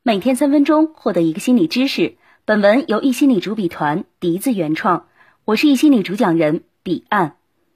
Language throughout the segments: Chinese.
每天3分钟，获得一个心理知识。本文由易心理主笔团笛子原创，我是易心理主讲人彼岸。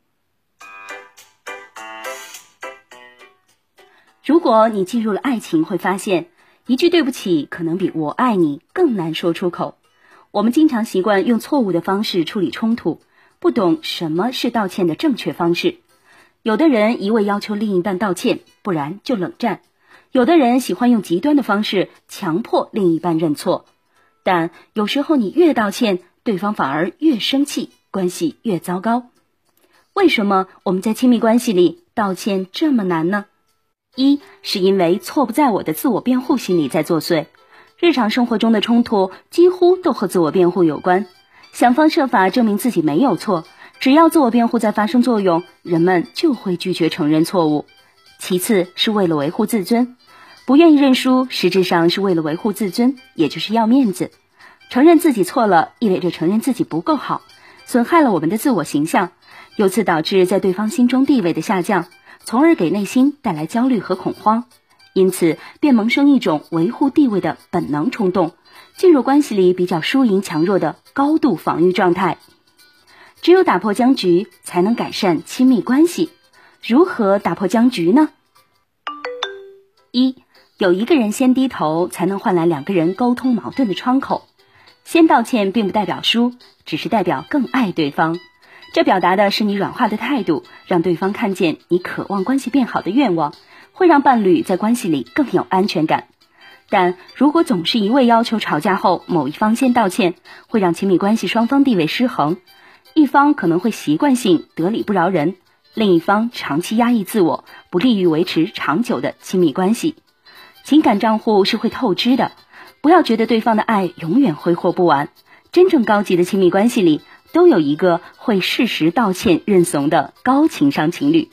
如果你进入了爱情，会发现一句对不起可能比我爱你更难说出口。我们经常习惯用错误的方式处理冲突，不懂什么是道歉的正确方式。有的人一味要求另一半道歉，不然就冷战。有的人喜欢用极端的方式强迫另一半认错，但有时候你越道歉，对方反而越生气，关系越糟糕。为什么我们在亲密关系里道歉这么难呢？一是因为错不在我的自我辩护心理在作祟。日常生活中的冲突几乎都和自我辩护有关，想方设法证明自己没有错，只要自我辩护在发生作用，人们就会拒绝承认错误。其次是为了维护自尊，不愿意认输，实质上是为了维护自尊，也就是要面子。承认自己错了，意味着承认自己不够好，损害了我们的自我形象，由此导致在对方心中地位的下降，从而给内心带来焦虑和恐慌，因此便萌生一种维护地位的本能冲动，进入关系里比较输赢强弱的高度防御状态。只有打破僵局，才能改善亲密关系。如何打破僵局呢？一，有一个人先低头，才能换来两个人沟通矛盾的窗口。先道歉并不代表输，只是代表更爱对方。这表达的是你软化的态度，让对方看见你渴望关系变好的愿望，会让伴侣在关系里更有安全感。但如果总是一味要求吵架后某一方先道歉，会让亲密关系双方地位失衡，一方可能会习惯性得理不饶人，另一方长期压抑自我，不利于维持长久的亲密关系。情感账户是会透支的，不要觉得对方的爱永远挥霍不完。真正高级的亲密关系里，都有一个会适时道歉认怂的高情商情侣。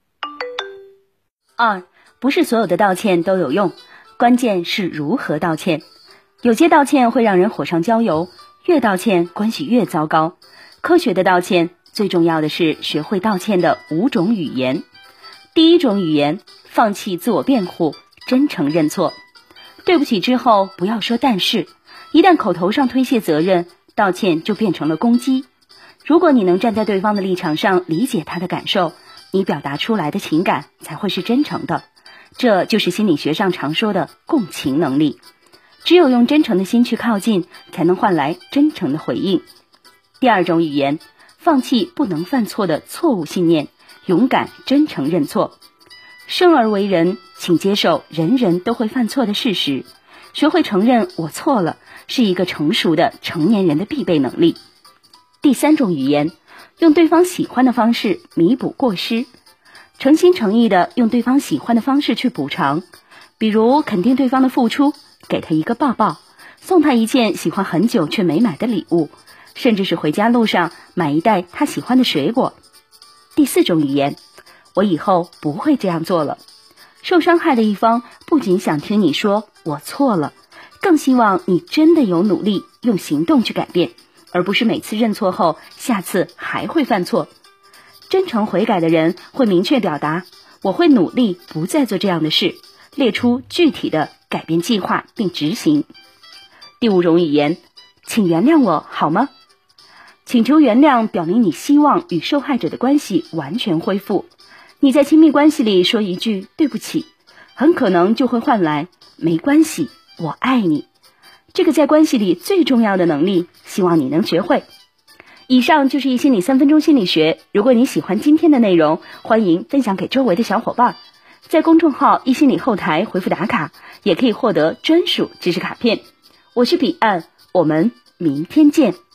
二，不是所有的道歉都有用，关键是如何道歉。有些道歉会让人火上浇油，越道歉关系越糟糕。科学的道歉，最重要的是学会道歉的5种语言。第一种语言，放弃自我辩护，真诚认错。对不起之后不要说但是，一旦口头上推卸责任，道歉就变成了攻击。如果你能站在对方的立场上理解他的感受，你表达出来的情感才会是真诚的。这就是心理学上常说的共情能力。只有用真诚的心去靠近，才能换来真诚的回应。第二种语言，放弃不能犯错的错误信念，勇敢真诚认错。生而为人，请接受人人都会犯错的事实，学会承认我错了，是一个成熟的成年人的必备能力。第三种语言，用对方喜欢的方式弥补过失，诚心诚意的用对方喜欢的方式去补偿，比如肯定对方的付出，给他一个抱抱，送他一件喜欢很久却没买的礼物，甚至是回家路上买一袋他喜欢的水果。第四种语言，我以后不会这样做了。受伤害的一方不仅想听你说我错了，更希望你真的有努力用行动去改变，而不是每次认错后下次还会犯错。真诚悔改的人会明确表达，我会努力不再做这样的事，列出具体的改变计划并执行。第五种语言，请原谅我好吗？请求原谅表明你希望与受害者的关系完全恢复。你在亲密关系里说一句对不起，很可能就会换来没关系，我爱你。这个在关系里最重要的能力，希望你能学会。以上就是易心理3分钟心理学，如果你喜欢今天的内容，欢迎分享给周围的小伙伴。在公众号易心理后台回复打卡，也可以获得专属知识卡片。我是彼岸，我们明天见。